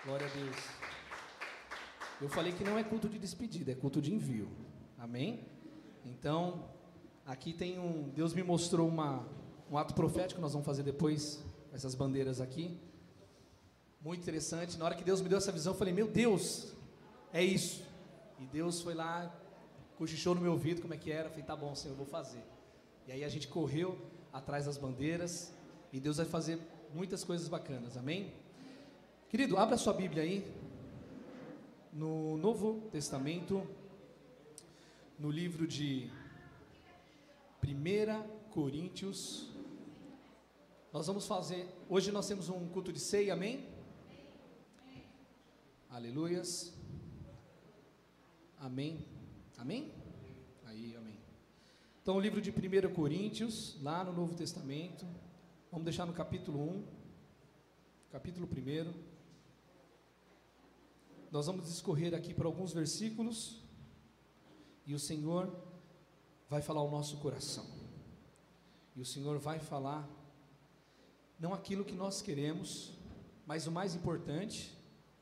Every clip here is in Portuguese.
Glória a Deus. Eu falei que não é culto de despedida, é culto de envio. Amém? Então, aqui tem Deus me mostrou um ato profético que nós vamos fazer depois, essas bandeiras aqui. Muito interessante. Na hora que Deus me deu essa visão, eu falei, meu Deus, é isso. E Deus foi lá, cochichou no meu ouvido como é que era. Eu falei, tá bom, Senhor, eu vou fazer. E aí a gente correu atrás das bandeiras, e Deus vai fazer muitas coisas bacanas, amém? Querido, abra sua Bíblia aí, no Novo Testamento, no livro de 1 Coríntios. Nós vamos fazer, hoje nós temos um culto de ceia, amém? Aleluias, amém, amém? Aí, amém. Então o livro de 1 Coríntios, lá no Novo Testamento, vamos deixar no capítulo 1, capítulo 1, nós vamos discorrer aqui por alguns versículos, e o Senhor vai falar ao nosso coração, e o Senhor vai falar, não aquilo que nós queremos, mas o mais importante,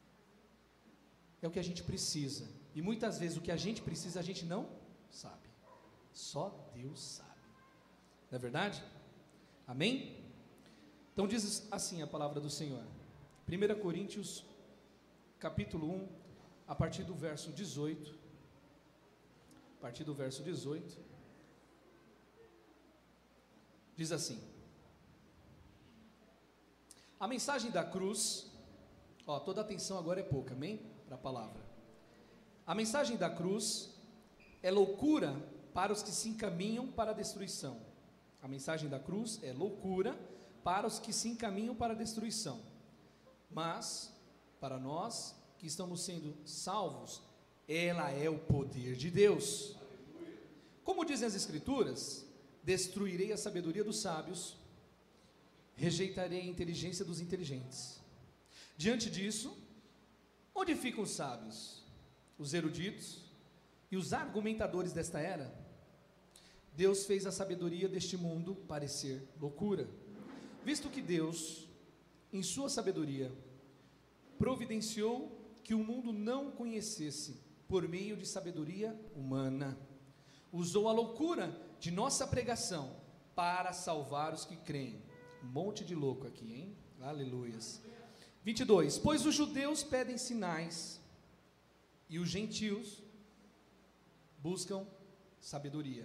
é o que a gente precisa, e muitas vezes o que a gente precisa a gente não sabe, só Deus sabe, não é verdade? Amém? Então diz assim a palavra do Senhor, 1 Coríntios, capítulo 1, a partir do verso 18, diz assim, a mensagem da cruz, toda atenção agora é pouca, amém? Para a palavra, a mensagem da cruz é loucura para os que se encaminham para a destruição, a mensagem da cruz é loucura para os que se encaminham para a destruição, mas para nós que estamos sendo salvos, ela é o poder de Deus. Como dizem as Escrituras, destruirei a sabedoria dos sábios, rejeitarei a inteligência dos inteligentes. Diante disso, onde ficam os sábios, os eruditos e os argumentadores desta era? Deus fez a sabedoria deste mundo parecer loucura, visto que Deus, em sua sabedoria, providenciou que o mundo não conhecesse por meio de sabedoria humana, usou a loucura de nossa pregação para salvar os que creem. Um monte de louco aqui, hein? Aleluias. 22, pois os judeus pedem sinais e os gentios buscam sabedoria.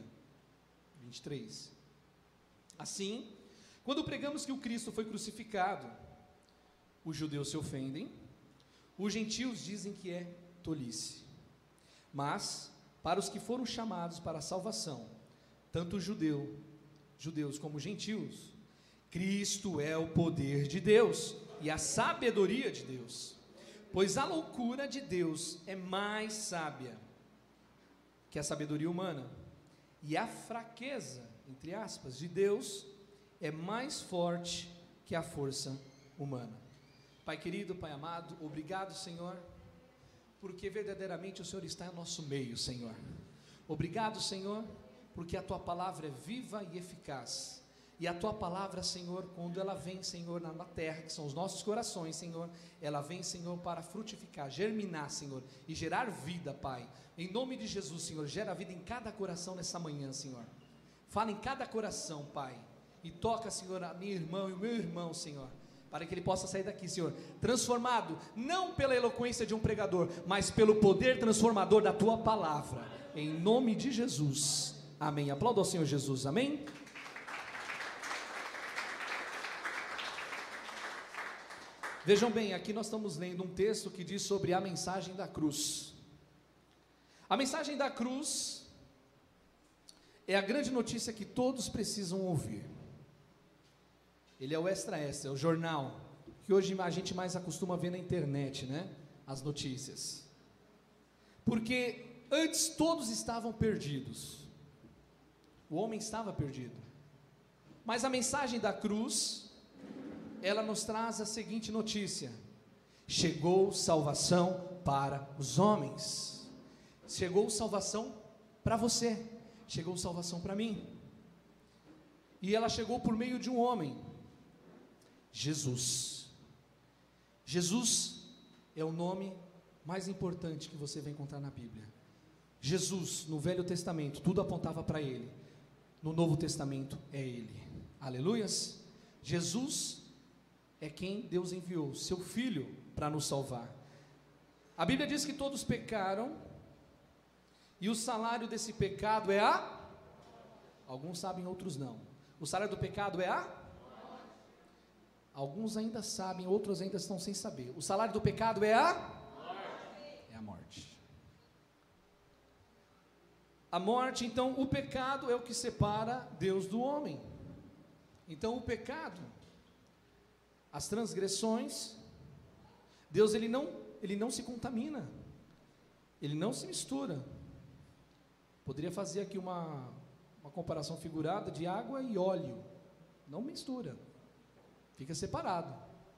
23, assim, quando pregamos que o Cristo foi crucificado, os judeus se ofendem, os gentios dizem que é tolice, mas para os que foram chamados para a salvação, tanto judeus como gentios, Cristo é o poder de Deus e a sabedoria de Deus, pois a loucura de Deus é mais sábia que a sabedoria humana, e a fraqueza, entre aspas, de Deus é mais forte que a força humana. Pai querido, Pai amado, obrigado, Senhor, porque verdadeiramente o Senhor está em nosso meio, Senhor. Obrigado, Senhor, porque a Tua palavra é viva e eficaz, e a Tua palavra, Senhor, quando ela vem, Senhor, na terra, que são os nossos corações, Senhor, ela vem, Senhor, para frutificar, germinar, Senhor, e gerar vida, Pai. Em nome de Jesus, Senhor, gera vida em cada coração nessa manhã, Senhor. Fala em cada coração, Pai, e toca, Senhor, a minha irmã e o meu irmão, Senhor, para que ele possa sair daqui, Senhor, transformado, não pela eloquência de um pregador, mas pelo poder transformador da Tua palavra, em nome de Jesus, amém. Aplauda ao Senhor Jesus, amém. Vejam bem, aqui nós estamos lendo um texto que diz sobre a mensagem da cruz. A mensagem da cruz é a grande notícia que todos precisam ouvir. Ele é o extra, é o jornal, que hoje a gente mais acostuma ver na internet, né? As notícias. Porque antes todos estavam perdidos. O homem estava perdido. Mas a mensagem da cruz, ela nos traz a seguinte notícia: chegou salvação para os homens. Chegou salvação para você. Chegou salvação para mim. E ela chegou por meio de um homem, Jesus. Jesus é o nome mais importante que você vai encontrar na Bíblia. Jesus, no Velho Testamento, tudo apontava para Ele. No Novo Testamento, é Ele. Aleluias. Jesus é quem Deus enviou, seu Filho, para nos salvar. A Bíblia diz que todos pecaram, e o salário desse pecado é a... Alguns sabem, outros não. O salário do pecado é a... Alguns ainda sabem, outros ainda estão sem saber. O salário do pecado é a... É a morte. A morte, então, o pecado é o que separa Deus do homem. Então, o pecado, as transgressões, Deus ele não se contamina, Ele não se mistura. Poderia fazer aqui uma comparação figurada de água e óleo, não mistura, fica separado.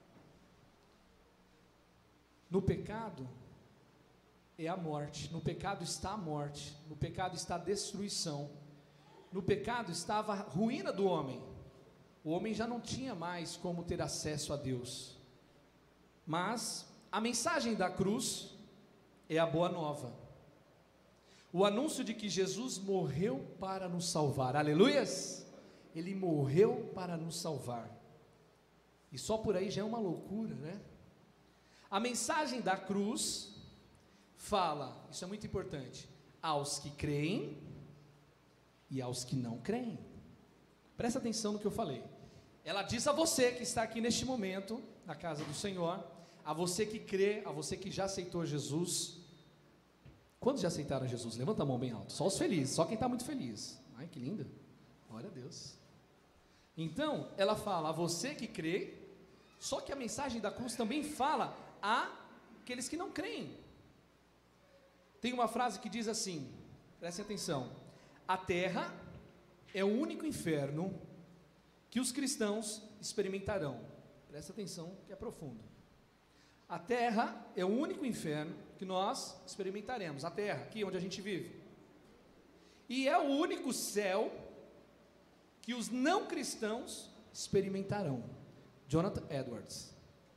No pecado é a morte, no pecado está a morte, no pecado está a destruição, no pecado estava a ruína do homem. O homem já não tinha mais como ter acesso a Deus. Mas a mensagem da cruz é a boa nova. O anúncio de que Jesus morreu para nos salvar. Aleluias! Ele morreu para nos salvar. E só por aí já é uma loucura, né? A mensagem da cruz fala, isso é muito importante, aos que creem e aos que não creem. Presta atenção no que eu falei. Ela diz a você que está aqui neste momento, na casa do Senhor, a você que crê, a você que já aceitou Jesus. Quantos já aceitaram Jesus? Levanta a mão bem alto. Só os felizes, só quem está muito feliz. Ai, que linda. Glória a Deus. Então, ela fala a você que crê, só que a mensagem da cruz também fala a aqueles que não creem. Tem uma frase que diz assim, prestem atenção: a terra é o único inferno que os cristãos experimentarão. Presta atenção que é profundo. A terra é o único inferno que nós experimentaremos. A terra, aqui onde a gente vive. E é o único céu que os não cristãos experimentarão. Jonathan Edwards.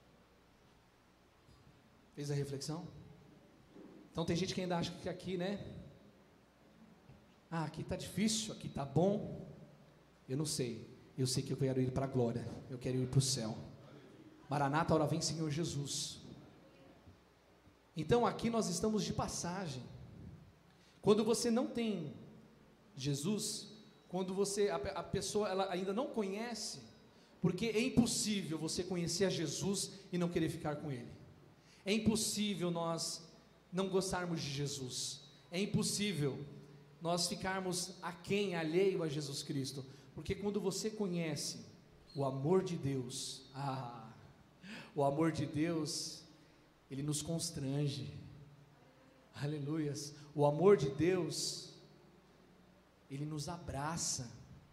Fez a reflexão? Então tem gente que ainda acha que aqui, né? Ah, aqui está difícil, aqui está bom. Eu não sei. Eu sei que eu quero ir para a glória. Eu quero ir para o céu. Maranata, ora vem Senhor Jesus. Então aqui nós estamos de passagem. Quando você não tem Jesus, quando a pessoa ela ainda não conhece, porque é impossível você conhecer a Jesus e não querer ficar com Ele. É impossível nós não gostarmos de Jesus. É impossível nós ficarmos alheio a Jesus Cristo. Porque quando você conhece o amor de Deus, o amor de Deus, Ele nos constrange. Aleluias. O amor de Deus, Ele nos abraça.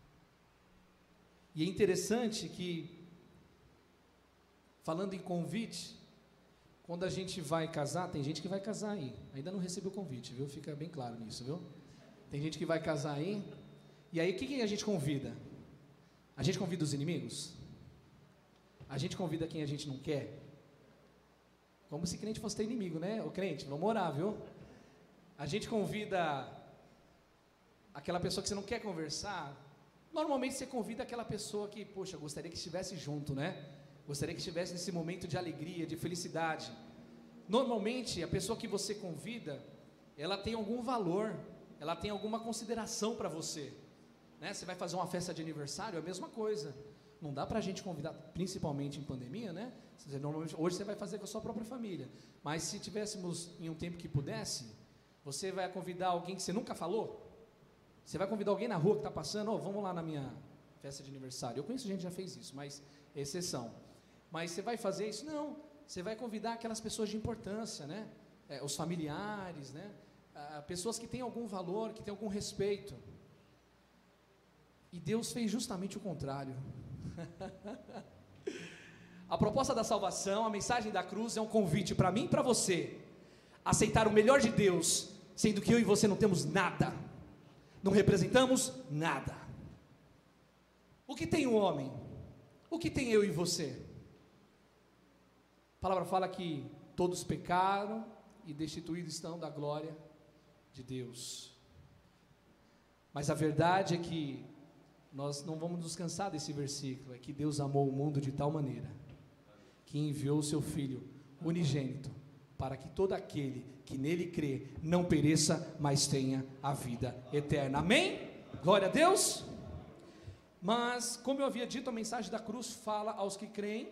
E é interessante que, falando em convite, quando a gente vai casar, tem gente que vai casar aí, ainda não recebeu o convite, viu? Fica bem claro nisso, viu? Tem gente que vai casar aí, e aí o que a gente convida? A gente convida os inimigos? A gente convida quem a gente não quer? Como se crente fosse ter inimigo, né? Ô crente, vamos orar, viu? A gente convida aquela pessoa que você não quer conversar. Normalmente você convida aquela pessoa que, poxa, gostaria que estivesse junto, né? Gostaria que estivesse nesse momento de alegria, de felicidade. Normalmente a pessoa que você convida, ela tem algum valor, ela tem alguma consideração para você, né? Você vai fazer uma festa de aniversário, é a mesma coisa. Não dá para a gente convidar, principalmente em pandemia, né? Normalmente, hoje você vai fazer com a sua própria família, mas se tivéssemos em um tempo que pudesse, você vai convidar alguém que você nunca falou? Você vai convidar alguém na rua que está passando, vamos lá na minha festa de aniversário. Eu conheço gente que já fez isso, mas é exceção. Mas você vai fazer isso? Não, você vai convidar aquelas pessoas de importância, né? Os familiares, né? Pessoas que têm algum valor, que têm algum respeito. E Deus fez justamente o contrário. A proposta da salvação, a mensagem da cruz é um convite para mim e para você aceitar o melhor de Deus, sendo que eu e você não temos nada, não representamos nada. O que tem o homem? O que tem eu e você? A palavra fala que todos pecaram e destituídos estão da glória de Deus. Mas a verdade é que nós não vamos nos cansar desse versículo, é que Deus amou o mundo de tal maneira, que enviou o seu Filho unigênito, para que todo aquele que nele crê, não pereça, mas tenha a vida eterna, amém? Glória a Deus. Mas, como eu havia dito, a mensagem da cruz fala aos que creem,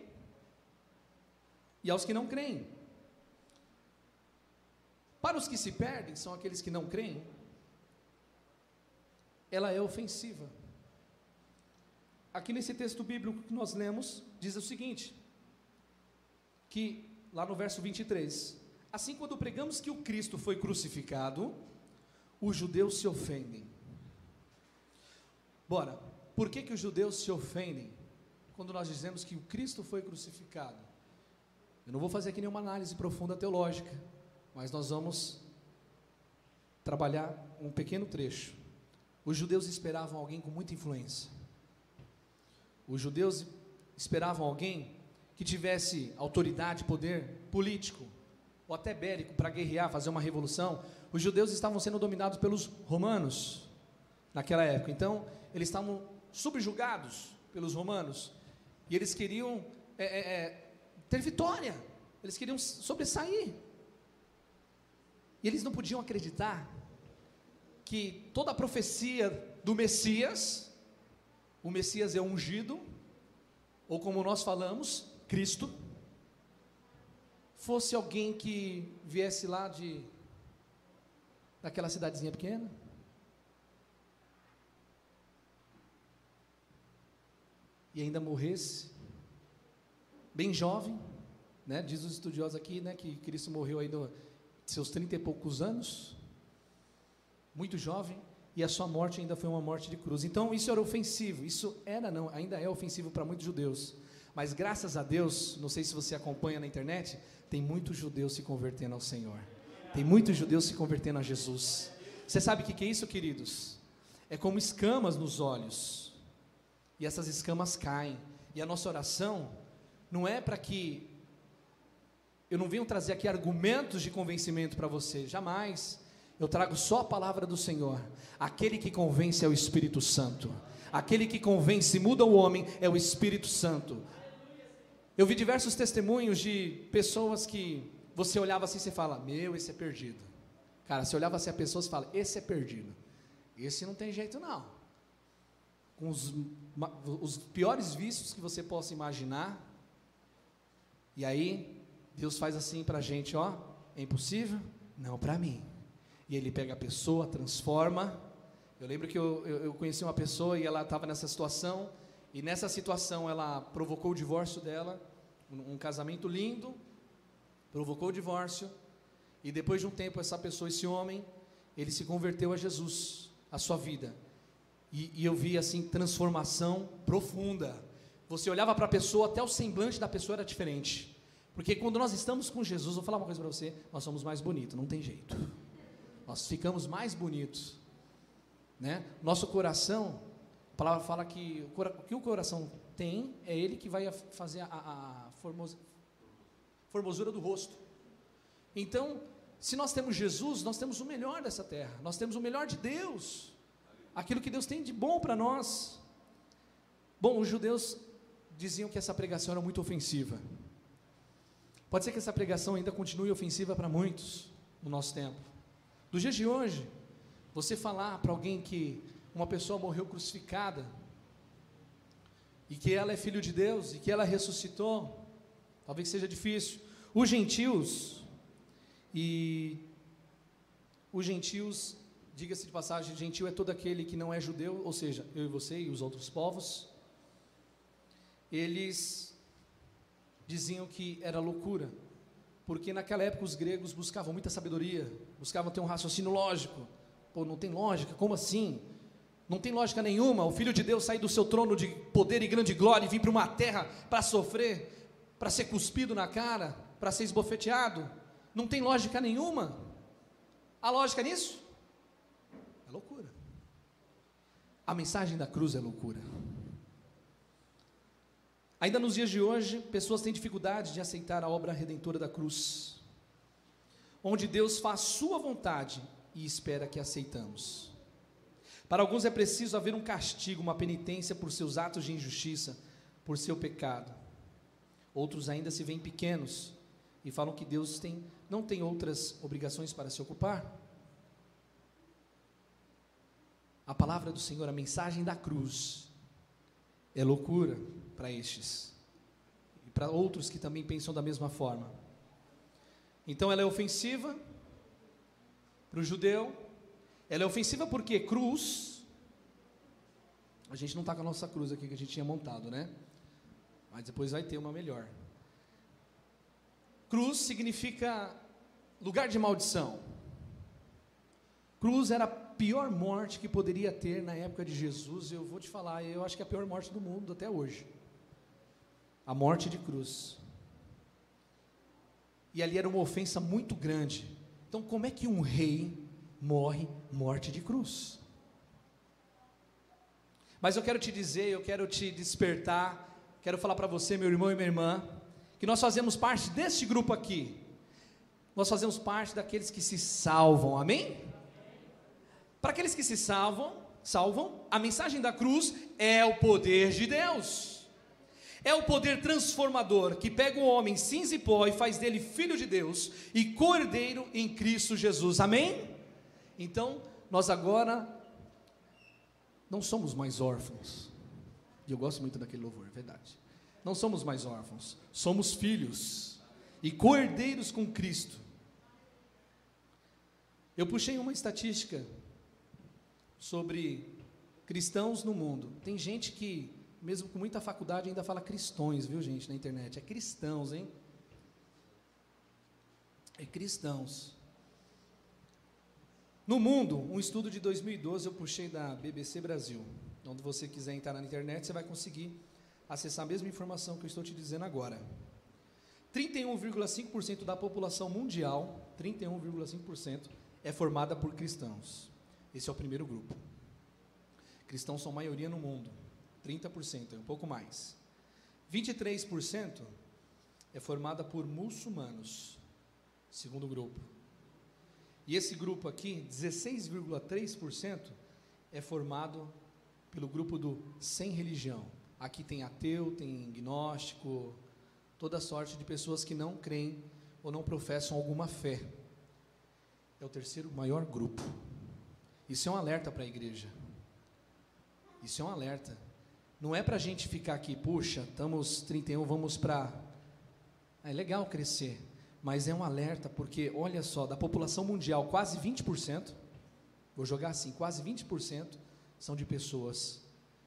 e aos que não creem. Para os que se perdem, são aqueles que não creem, ela é ofensiva. Aqui nesse texto bíblico que nós lemos, diz o seguinte, que lá no verso 23, assim quando pregamos que o Cristo foi crucificado, os judeus se ofendem. Bora, por que os judeus se ofendem quando nós dizemos que o Cristo foi crucificado? Eu não vou fazer aqui nenhuma análise profunda teológica, mas nós vamos trabalhar um pequeno trecho. Os judeus esperavam alguém com muita influência. Os judeus esperavam alguém que tivesse autoridade, poder político, ou até bélico, para guerrear, fazer uma revolução. Os judeus estavam sendo dominados pelos romanos, naquela época, então, eles estavam subjugados pelos romanos, e eles queriam ter vitória, eles queriam sobressair, e eles não podiam acreditar que toda a profecia do Messias, o Messias é ungido, ou como nós falamos, Cristo, fosse alguém que viesse lá daquela cidadezinha pequena, e ainda morresse, bem jovem, né? Diz os estudiosos aqui, né, que Cristo morreu aí nos seus 30 e poucos anos, muito jovem, e a sua morte ainda foi uma morte de cruz. Então isso era ofensivo, ainda é ofensivo para muitos judeus, mas graças a Deus, não sei se você acompanha na internet, tem muitos judeus se convertendo ao Senhor, tem muitos judeus se convertendo a Jesus. Você sabe o que é isso, queridos? É como escamas nos olhos, e essas escamas caem, e a nossa oração não é para que, eu não venho trazer aqui argumentos de convencimento para você, jamais. Eu trago só a palavra do Senhor. Aquele que convence é o Espírito Santo. Aquele que convence, muda o homem, é o Espírito Santo. Eu vi diversos testemunhos de pessoas que você olhava assim e você fala, meu, esse é perdido. Cara, você olhava assim a pessoa e fala, esse é perdido. Esse não tem jeito não. Com os piores vícios que você possa imaginar. E aí, Deus faz assim para a gente, ó, é impossível? Não para mim. E Ele pega a pessoa, transforma. Eu lembro que eu conheci uma pessoa e ela estava nessa situação, e nessa situação ela provocou o divórcio dela, um casamento lindo, provocou o divórcio, e depois de um tempo essa pessoa, esse homem, ele se converteu a Jesus, a sua vida, e eu vi assim, transformação profunda. Você olhava para a pessoa, até o semblante da pessoa era diferente, porque quando nós estamos com Jesus, vou falar uma coisa para você, nós somos mais bonitos, não tem jeito, nós ficamos mais bonitos, né? Nosso coração, a palavra fala que o que o coração tem, é ele que vai fazer a formosura do rosto. Então, se nós temos Jesus, nós temos o melhor dessa terra, nós temos o melhor de Deus, aquilo que Deus tem de bom para nós. Bom, os judeus diziam que essa pregação era muito ofensiva. Pode ser que essa pregação ainda continue ofensiva para muitos no nosso tempo. Dos dias de hoje, você falar para alguém que uma pessoa morreu crucificada, e que ela é filho de Deus, e que ela ressuscitou, talvez seja difícil. Os gentios, diga-se de passagem, gentil é todo aquele que não é judeu, ou seja, eu e você e os outros povos, eles diziam que era loucura, porque naquela época os gregos buscavam muita sabedoria, buscavam ter um raciocínio lógico. Pô, não tem lógica, como assim? Não tem lógica nenhuma, o Filho de Deus sair do seu trono de poder e grande glória e vir para uma terra para sofrer, para ser cuspido na cara, para ser esbofeteado, não tem lógica nenhuma. Há lógica nisso? É loucura. A mensagem da cruz é loucura. Ainda nos dias de hoje, pessoas têm dificuldade de aceitar a obra redentora da cruz, onde Deus faz sua vontade e espera que aceitamos. Para alguns é preciso haver um castigo, uma penitência por seus atos de injustiça, por seu pecado. Outros ainda se veem pequenos e falam que Deus não tem outras obrigações para se ocupar. A palavra do Senhor, a mensagem da cruz, é loucura para estes e para outros que também pensam da mesma forma. Então ela é ofensiva para o judeu. Ela é ofensiva porque cruz, a gente não está com a nossa cruz aqui que a gente tinha montado, né? Mas depois vai ter uma melhor. Cruz significa lugar de maldição. Cruz era a pior morte que poderia ter na época de Jesus. Eu vou te falar, eu acho que é a pior morte do mundo até hoje. A morte de cruz. E ali era uma ofensa muito grande. Então como é que um rei morre morte de cruz? Mas eu quero te dizer, eu quero te despertar, quero falar para você, meu irmão e minha irmã, que nós fazemos parte deste grupo aqui. Nós fazemos parte daqueles que se salvam, amém? Para aqueles que se salvam, a mensagem da cruz é o poder de Deus. É o poder transformador que pega o homem cinza e pó e faz dele filho de Deus e cordeiro em Cristo Jesus, amém? Então, nós agora não somos mais órfãos. E eu gosto muito daquele louvor, é verdade. Não somos mais órfãos, somos filhos e cordeiros com Cristo. Eu puxei uma estatística sobre cristãos no mundo. Tem gente que, mesmo com muita faculdade, ainda fala cristões, viu gente, na internet. É cristãos, hein? É cristãos. No mundo, um estudo de 2012 eu puxei da BBC Brasil. Onde você quiser entrar na internet, você vai conseguir acessar a mesma informação que eu estou te dizendo agora. 31,5% da população mundial, 31,5%, é formada por cristãos. Esse é o primeiro grupo. Cristãos são maioria no mundo, 30%, é um pouco mais. 23% é formada por muçulmanos, segundo grupo. E esse grupo aqui, 16,3%, é formado pelo grupo do sem religião. Aqui tem ateu, tem gnóstico, toda sorte de pessoas que não creem ou não professam alguma fé. É o terceiro maior grupo. Isso é um alerta para a igreja. Isso é um alerta. Não é para a gente ficar aqui, puxa, estamos 31, vamos para... É legal crescer. Mas é um alerta, porque, olha só, da população mundial, quase 20%, vou jogar assim, quase 20% são de pessoas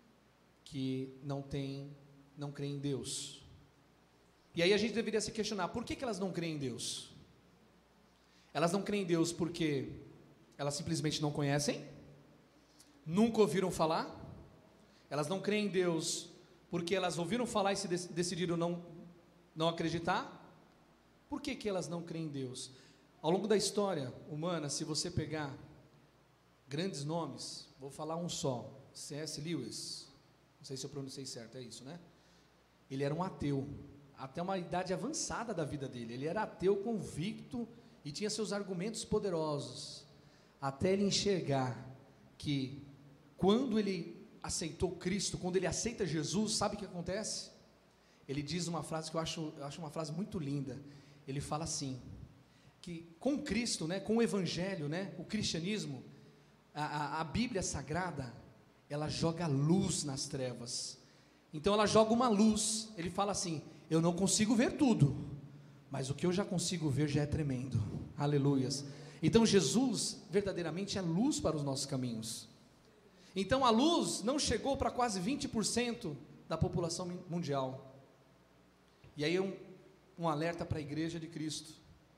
que não creem em Deus. E aí a gente deveria se questionar, por que elas não creem em Deus? Elas não creem em Deus porque elas simplesmente não conhecem, nunca ouviram falar, elas não creem em Deus porque elas ouviram falar e se decidiram não acreditar. Por que elas não creem em Deus? Ao longo da história humana, se você pegar grandes nomes, vou falar um só, C.S. Lewis, não sei se eu pronunciei certo, é isso, né? Ele era um ateu, até uma idade avançada da vida dele, ele era ateu convicto e tinha seus argumentos poderosos, até ele enxergar que quando ele aceitou Cristo, quando ele aceita Jesus, sabe o que acontece? Ele diz uma frase que eu acho uma frase muito linda. Ele fala assim, que com Cristo, né, com o Evangelho, né, o cristianismo, a Bíblia Sagrada, ela joga luz nas trevas. Então ela joga uma luz. Ele fala assim, eu não consigo ver tudo, mas o que eu já consigo ver já é tremendo. Aleluias. Então Jesus verdadeiramente é luz para os nossos caminhos. Então a luz não chegou para quase 20% da população mundial. E aí um alerta para a igreja de Cristo,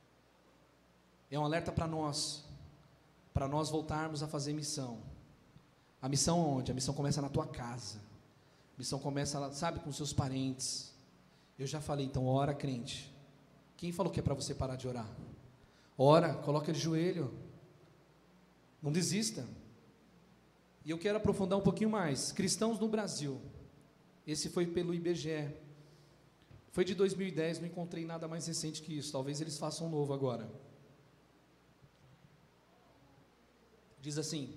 é um alerta para nós voltarmos a fazer missão. A missão onde? A missão começa na tua casa, a missão começa, sabe, com seus parentes. Eu já falei, então ora crente. Quem falou que é para você parar de orar? Ora, coloca de joelho, não desista. E eu quero aprofundar um pouquinho mais. Cristãos no Brasil, esse foi pelo IBGE, Foi de 2010, não encontrei nada mais recente que isso. Talvez eles façam um novo agora. Diz assim: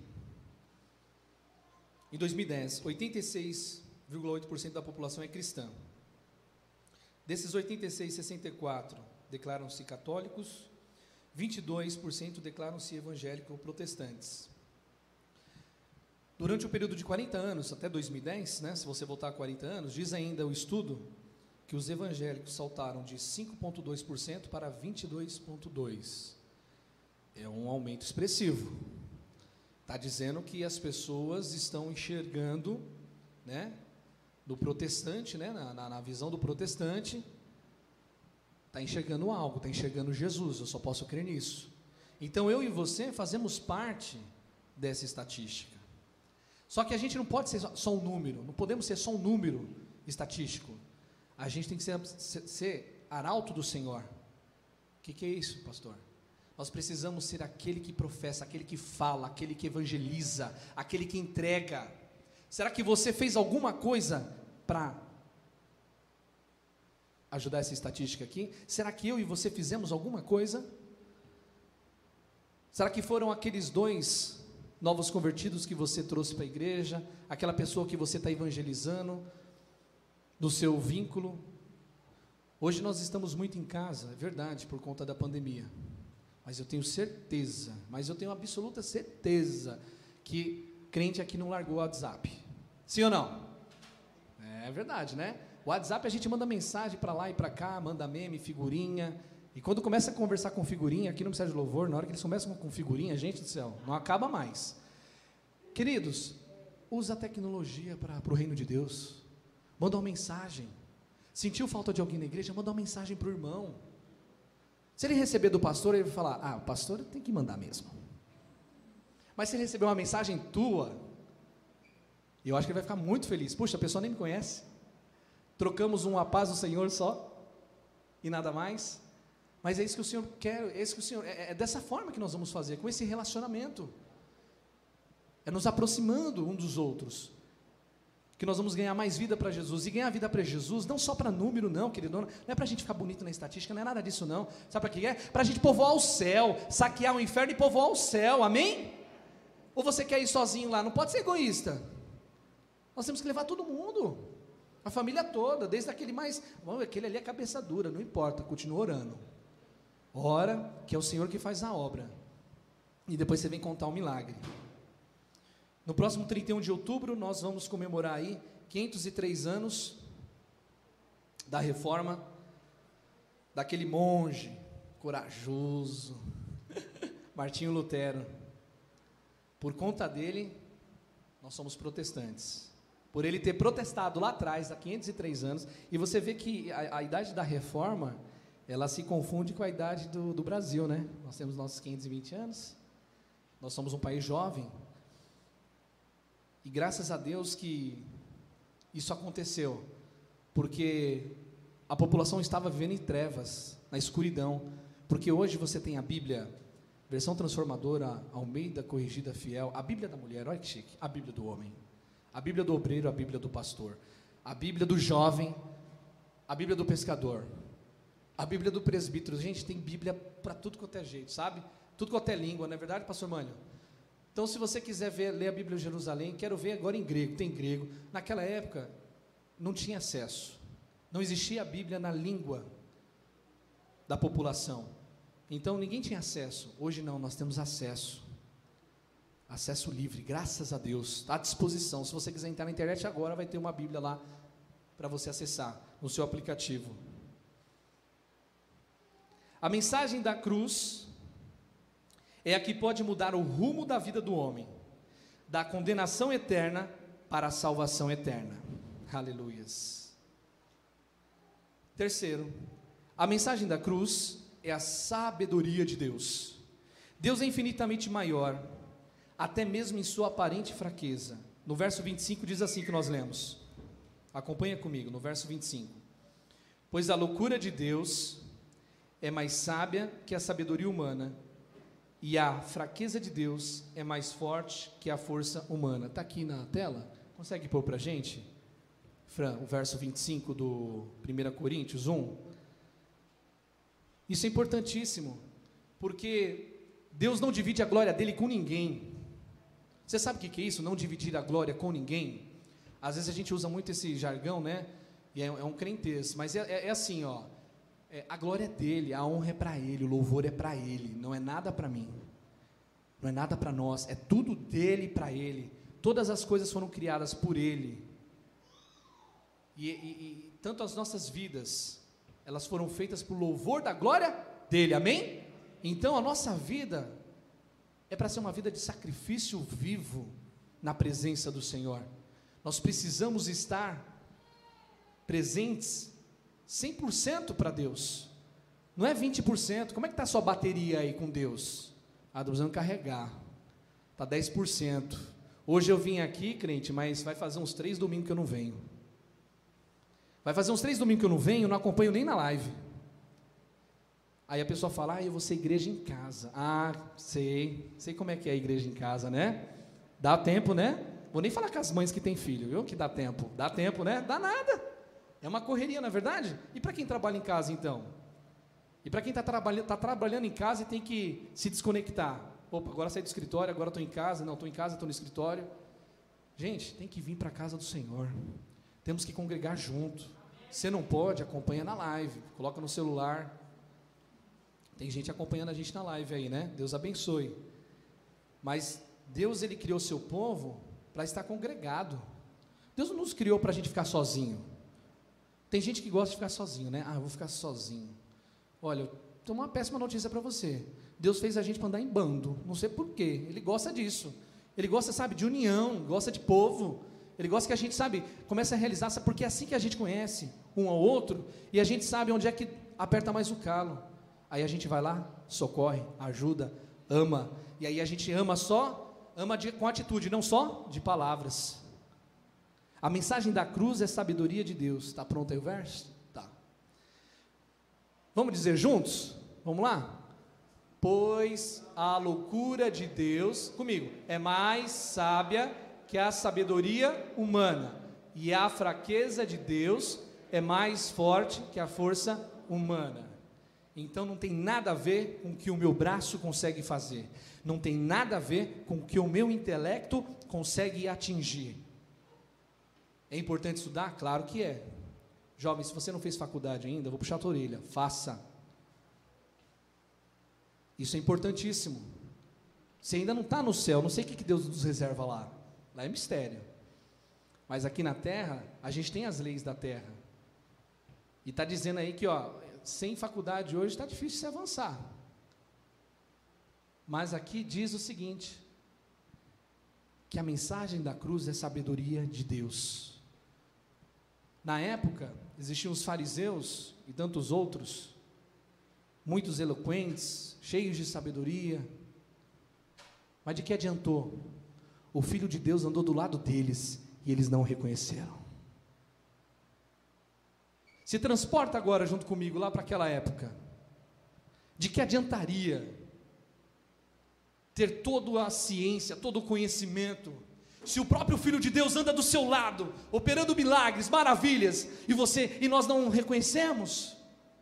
em 2010, 86,8% da população é cristã. Desses 86, 64 declaram-se católicos, 22% declaram-se evangélicos ou protestantes. Durante o período de 40 anos, até 2010, né, se você voltar a 40 anos, diz ainda o estudo que os evangélicos saltaram de 5,2% para 22,2%. É um aumento expressivo. Está dizendo que as pessoas estão enxergando, né, do protestante, né, na visão do protestante, está enxergando algo, está enxergando Jesus. Eu só posso crer nisso. Então eu e você fazemos parte dessa estatística. Só que a gente não pode ser só um número, não podemos ser só um número estatístico. A gente tem que ser arauto do Senhor. O que é isso, pastor? Nós precisamos ser aquele que professa, aquele que fala, aquele que evangeliza, aquele que entrega. Será que você fez alguma coisa para ajudar essa estatística aqui? Será que eu e você fizemos alguma coisa? Será que foram aqueles 2 novos convertidos que você trouxe para a igreja? Aquela pessoa que você está evangelizando, do seu vínculo? Hoje nós estamos muito em casa, é verdade, por conta da pandemia. Mas eu tenho certeza, eu tenho absoluta certeza que crente aqui não largou o WhatsApp. Sim ou não? É verdade, né? O WhatsApp a gente manda mensagem para lá e para cá, manda meme, figurinha. E quando começa a conversar com figurinha, aqui no Ministério de Louvor, na hora que eles começam com figurinha, gente do céu, não acaba mais. Queridos, usa a tecnologia para o reino de Deus. Manda uma mensagem. Sentiu falta de alguém na igreja? Manda uma mensagem para o irmão. Se ele receber do pastor, ele vai falar: o pastor tem que mandar mesmo. Mas se ele receber uma mensagem tua, eu acho que ele vai ficar muito feliz. Puxa, a pessoa nem me conhece. Trocamos uma paz do Senhor só, e nada mais. Mas é isso que o Senhor quer, é dessa forma que nós vamos fazer, com esse relacionamento. É nos aproximando um dos outros, que nós vamos ganhar mais vida para Jesus. E ganhar vida para Jesus, não só para número não, querido, não é para a gente ficar bonito na estatística, não é nada disso não. Sabe para que é? Para a gente povoar o céu, saquear o inferno e povoar o céu, amém? Ou você quer ir sozinho lá? Não pode ser egoísta. Nós temos que levar todo mundo, a família toda, desde aquele mais, aquele ali é cabeça dura, não importa, continua orando. Ora, que é o Senhor que faz a obra, e depois você vem contar um milagre. No próximo 31 de outubro, nós vamos comemorar aí 503 anos da reforma, daquele monge corajoso, Martinho Lutero. Por conta dele, nós somos protestantes. Por ele ter protestado lá atrás, há 503 anos, e você vê que a idade da reforma, ela se confunde com a idade do Brasil, né? Nós temos nossos 520 anos, nós somos um país jovem, e graças a Deus que isso aconteceu, porque a população estava vivendo em trevas, na escuridão, porque hoje você tem a Bíblia, versão transformadora, Almeida Corrigida Fiel, a Bíblia da mulher, olha que chique, a Bíblia do homem, a Bíblia do obreiro, a Bíblia do pastor, a Bíblia do jovem, a Bíblia do pescador, a Bíblia do presbítero. Gente, tem Bíblia para tudo quanto é jeito, sabe? Tudo quanto é língua, não é verdade, pastor Mânio? Então, se você quiser ler a Bíblia de Jerusalém, quero ver agora em grego, tem grego. Naquela época, não tinha acesso, não existia a Bíblia na língua da população, então ninguém tinha acesso. Hoje não, nós temos acesso livre, graças a Deus, está à disposição. Se você quiser entrar na internet agora, vai ter uma Bíblia lá, para você acessar, no seu aplicativo. A mensagem da cruz é a que pode mudar o rumo da vida do homem, da condenação eterna para a salvação eterna. Aleluias. Terceiro, a mensagem da cruz é a sabedoria de Deus. Deus é infinitamente maior, até mesmo em sua aparente fraqueza. No verso 25 diz assim que nós lemos, acompanha comigo, no verso 25: pois a loucura de Deus é mais sábia que a sabedoria humana, e a fraqueza de Deus é mais forte que a força humana. Está aqui na tela? Consegue pôr para a gente? Fran, o verso 25 do 1 Coríntios 1. Isso é importantíssimo, porque Deus não divide a glória dele com ninguém. Você sabe o que é isso? Não dividir a glória com ninguém? Às vezes a gente usa muito esse jargão, né? E é um crentez, mas é assim, ó. A glória é dele, a honra é para ele, o louvor é para ele, não é nada para mim, não é nada para nós, é tudo dele para ele. Todas as coisas foram criadas por ele. E tanto as nossas vidas, elas foram feitas por louvor da glória dele, amém? Então a nossa vida é para ser uma vida de sacrifício vivo na presença do Senhor. Nós precisamos estar presentes 100% para Deus, não é 20%. Como é que está a sua bateria aí com Deus? Estou precisando carregar, está 10%. Hoje eu vim aqui, crente, mas vai fazer uns 3 domingos que eu não venho. Vai fazer uns 3 domingos que eu não venho, não acompanho nem na live. Aí a pessoa fala, eu vou ser igreja em casa. Sei como é que é a igreja em casa, né? Dá tempo, né? Vou nem falar com as mães que têm filho, viu? Que dá tempo, né? Dá nada, é uma correria, não é verdade? E para quem trabalha em casa então? E para quem está trabalhando em casa e tem que se desconectar? Opa, agora saí do escritório, agora estou em casa. Não, estou em casa, estou no escritório. Gente, tem que vir para a casa do Senhor. Temos que congregar junto. Você não pode, acompanha na live, coloca no celular. Tem gente acompanhando a gente na live aí, né? Deus abençoe. Mas Deus, Ele criou o seu povo para estar congregado. Deus não nos criou para a gente ficar sozinho. Tem gente que gosta de ficar sozinho, né? Eu vou ficar sozinho. Olha, eu tenho uma péssima notícia para você. Deus fez a gente para andar em bando, não sei porquê. Ele gosta disso. Ele gosta, sabe, de união, gosta de povo. Ele gosta que a gente, sabe, comece a realizar, sabe, porque é assim que a gente conhece um ao outro, e a gente sabe onde é que aperta mais o calo. Aí a gente vai lá, socorre, ajuda, ama, e aí a gente ama com atitude, não só de palavras. A mensagem da cruz é sabedoria de Deus. Está pronto aí o verso? Tá. Vamos dizer juntos? Vamos lá? Pois a loucura de Deus, comigo, é mais sábia que a sabedoria humana, e a fraqueza de Deus é mais forte que a força humana. Então não tem nada a ver com o que o meu braço consegue fazer, não tem nada a ver com o que o meu intelecto consegue atingir. É importante estudar? Claro que é. Jovem, se você não fez faculdade ainda, eu vou puxar a tua orelha, faça. Isso é importantíssimo. Você ainda não está no céu, não sei o que Deus nos reserva lá. Lá é mistério. Mas aqui na terra, a gente tem as leis da terra. E está dizendo aí que, sem faculdade hoje está difícil se avançar. Mas aqui diz o seguinte, que a mensagem da cruz é sabedoria de Deus. Na época, existiam os fariseus e tantos outros, muitos eloquentes, cheios de sabedoria, mas de que adiantou? O Filho de Deus andou do lado deles e eles não o reconheceram. Se transporta agora junto comigo lá para aquela época. De que adiantaria ter toda a ciência, todo o conhecimento, se o próprio Filho de Deus anda do seu lado, operando milagres, maravilhas, e nós não o reconhecemos?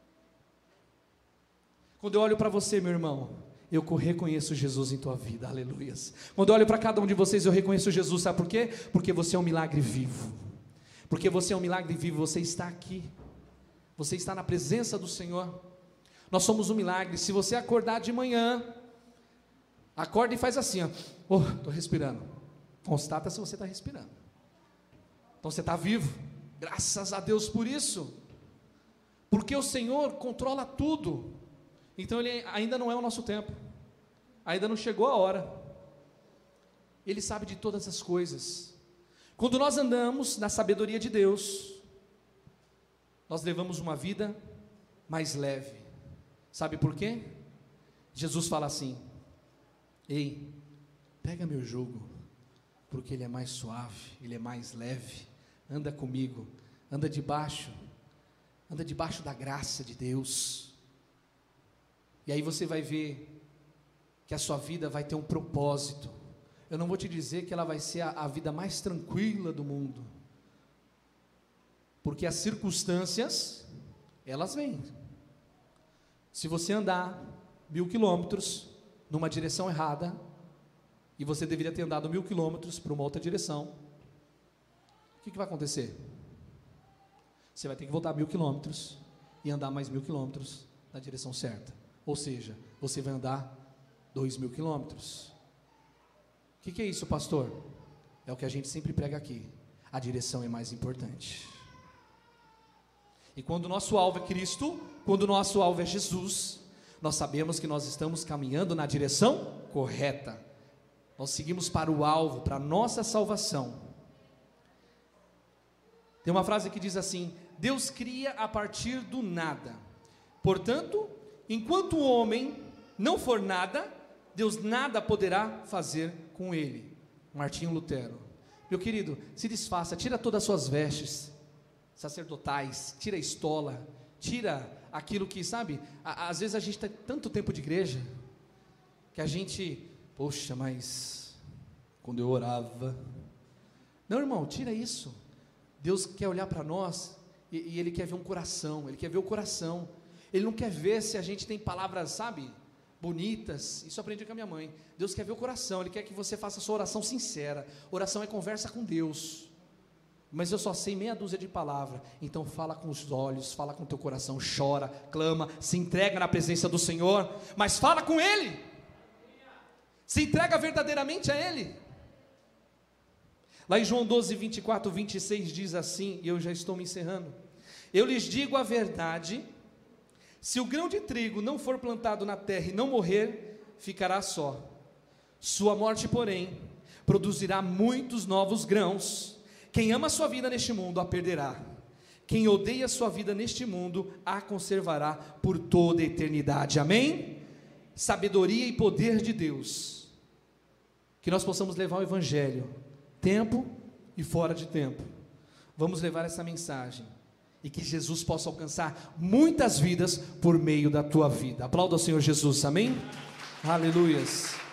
Quando eu olho para você, meu irmão, eu reconheço Jesus em tua vida, aleluias. Quando eu olho para cada um de vocês, eu reconheço Jesus, sabe por quê? Porque você é um milagre vivo. Porque você é um milagre vivo, você está aqui. Você está na presença do Senhor. Nós somos um milagre. Se você acordar de manhã, acorda e faz assim, estou respirando. Constata se você está respirando. Então você está vivo. Graças a Deus por isso. Porque o Senhor controla tudo. Então Ele ainda não é o nosso tempo. Ainda não chegou a hora. Ele sabe de todas as coisas. Quando nós andamos na sabedoria de Deus, nós levamos uma vida mais leve. Sabe por quê? Jesus fala assim: ei, pega meu jugo, porque ele é mais suave, ele é mais leve. Anda comigo, anda debaixo da graça de Deus. E aí você vai ver que a sua vida vai ter um propósito. Eu não vou te dizer que ela vai ser a vida mais tranquila do mundo, Porque as circunstâncias, elas vêm. Se você andar 1000 quilômetros numa direção errada, e você deveria ter andado 1000 quilômetros para uma outra direção, o que vai acontecer? Você vai ter que voltar 1000 quilômetros e andar mais 1000 quilômetros na direção certa. Ou seja, você vai andar 2000 quilômetros. O que é isso, pastor? É o que a gente sempre prega aqui. A direção é mais importante. E quando o nosso alvo é Cristo, quando o nosso alvo é Jesus, nós sabemos que nós estamos caminhando na direção correta. Nós seguimos para o alvo, para a nossa salvação. Tem uma frase que diz assim: Deus cria a partir do nada. Portanto, enquanto o homem não for nada, Deus nada poderá fazer com ele. Martinho Lutero. Meu querido, se desfaça, tira todas as suas vestes sacerdotais, tira a estola, tira aquilo que, sabe, às vezes a gente está tanto tempo de igreja, que a gente, poxa, mas quando eu orava, não, irmão, tira isso. Deus quer olhar para nós e Ele quer ver um coração, Ele quer ver o coração, Ele não quer ver se a gente tem palavras, sabe, bonitas. Isso eu aprendi com a minha mãe. Deus quer ver o coração, Ele quer que você faça a sua oração sincera. Oração é conversa com Deus. Mas eu só sei meia dúzia de palavras. Então fala com os olhos, fala com o teu coração, chora, clama, se entrega na presença do Senhor, mas fala com Ele, se entrega verdadeiramente a Ele. Lá em João 12, 24, 26 diz assim, e eu já estou me encerrando: eu lhes digo a verdade, se o grão de trigo não for plantado na terra e não morrer, ficará só. Sua morte, porém, produzirá muitos novos grãos. Quem ama a sua vida neste mundo, a perderá. Quem odeia a sua vida neste mundo, a conservará por toda a eternidade. Amém? Sabedoria e poder de Deus. Que nós possamos levar o Evangelho, tempo e fora de tempo. Vamos levar essa mensagem. E que Jesus possa alcançar muitas vidas por meio da tua vida. Aplauda ao Senhor Jesus, amém? Aleluias.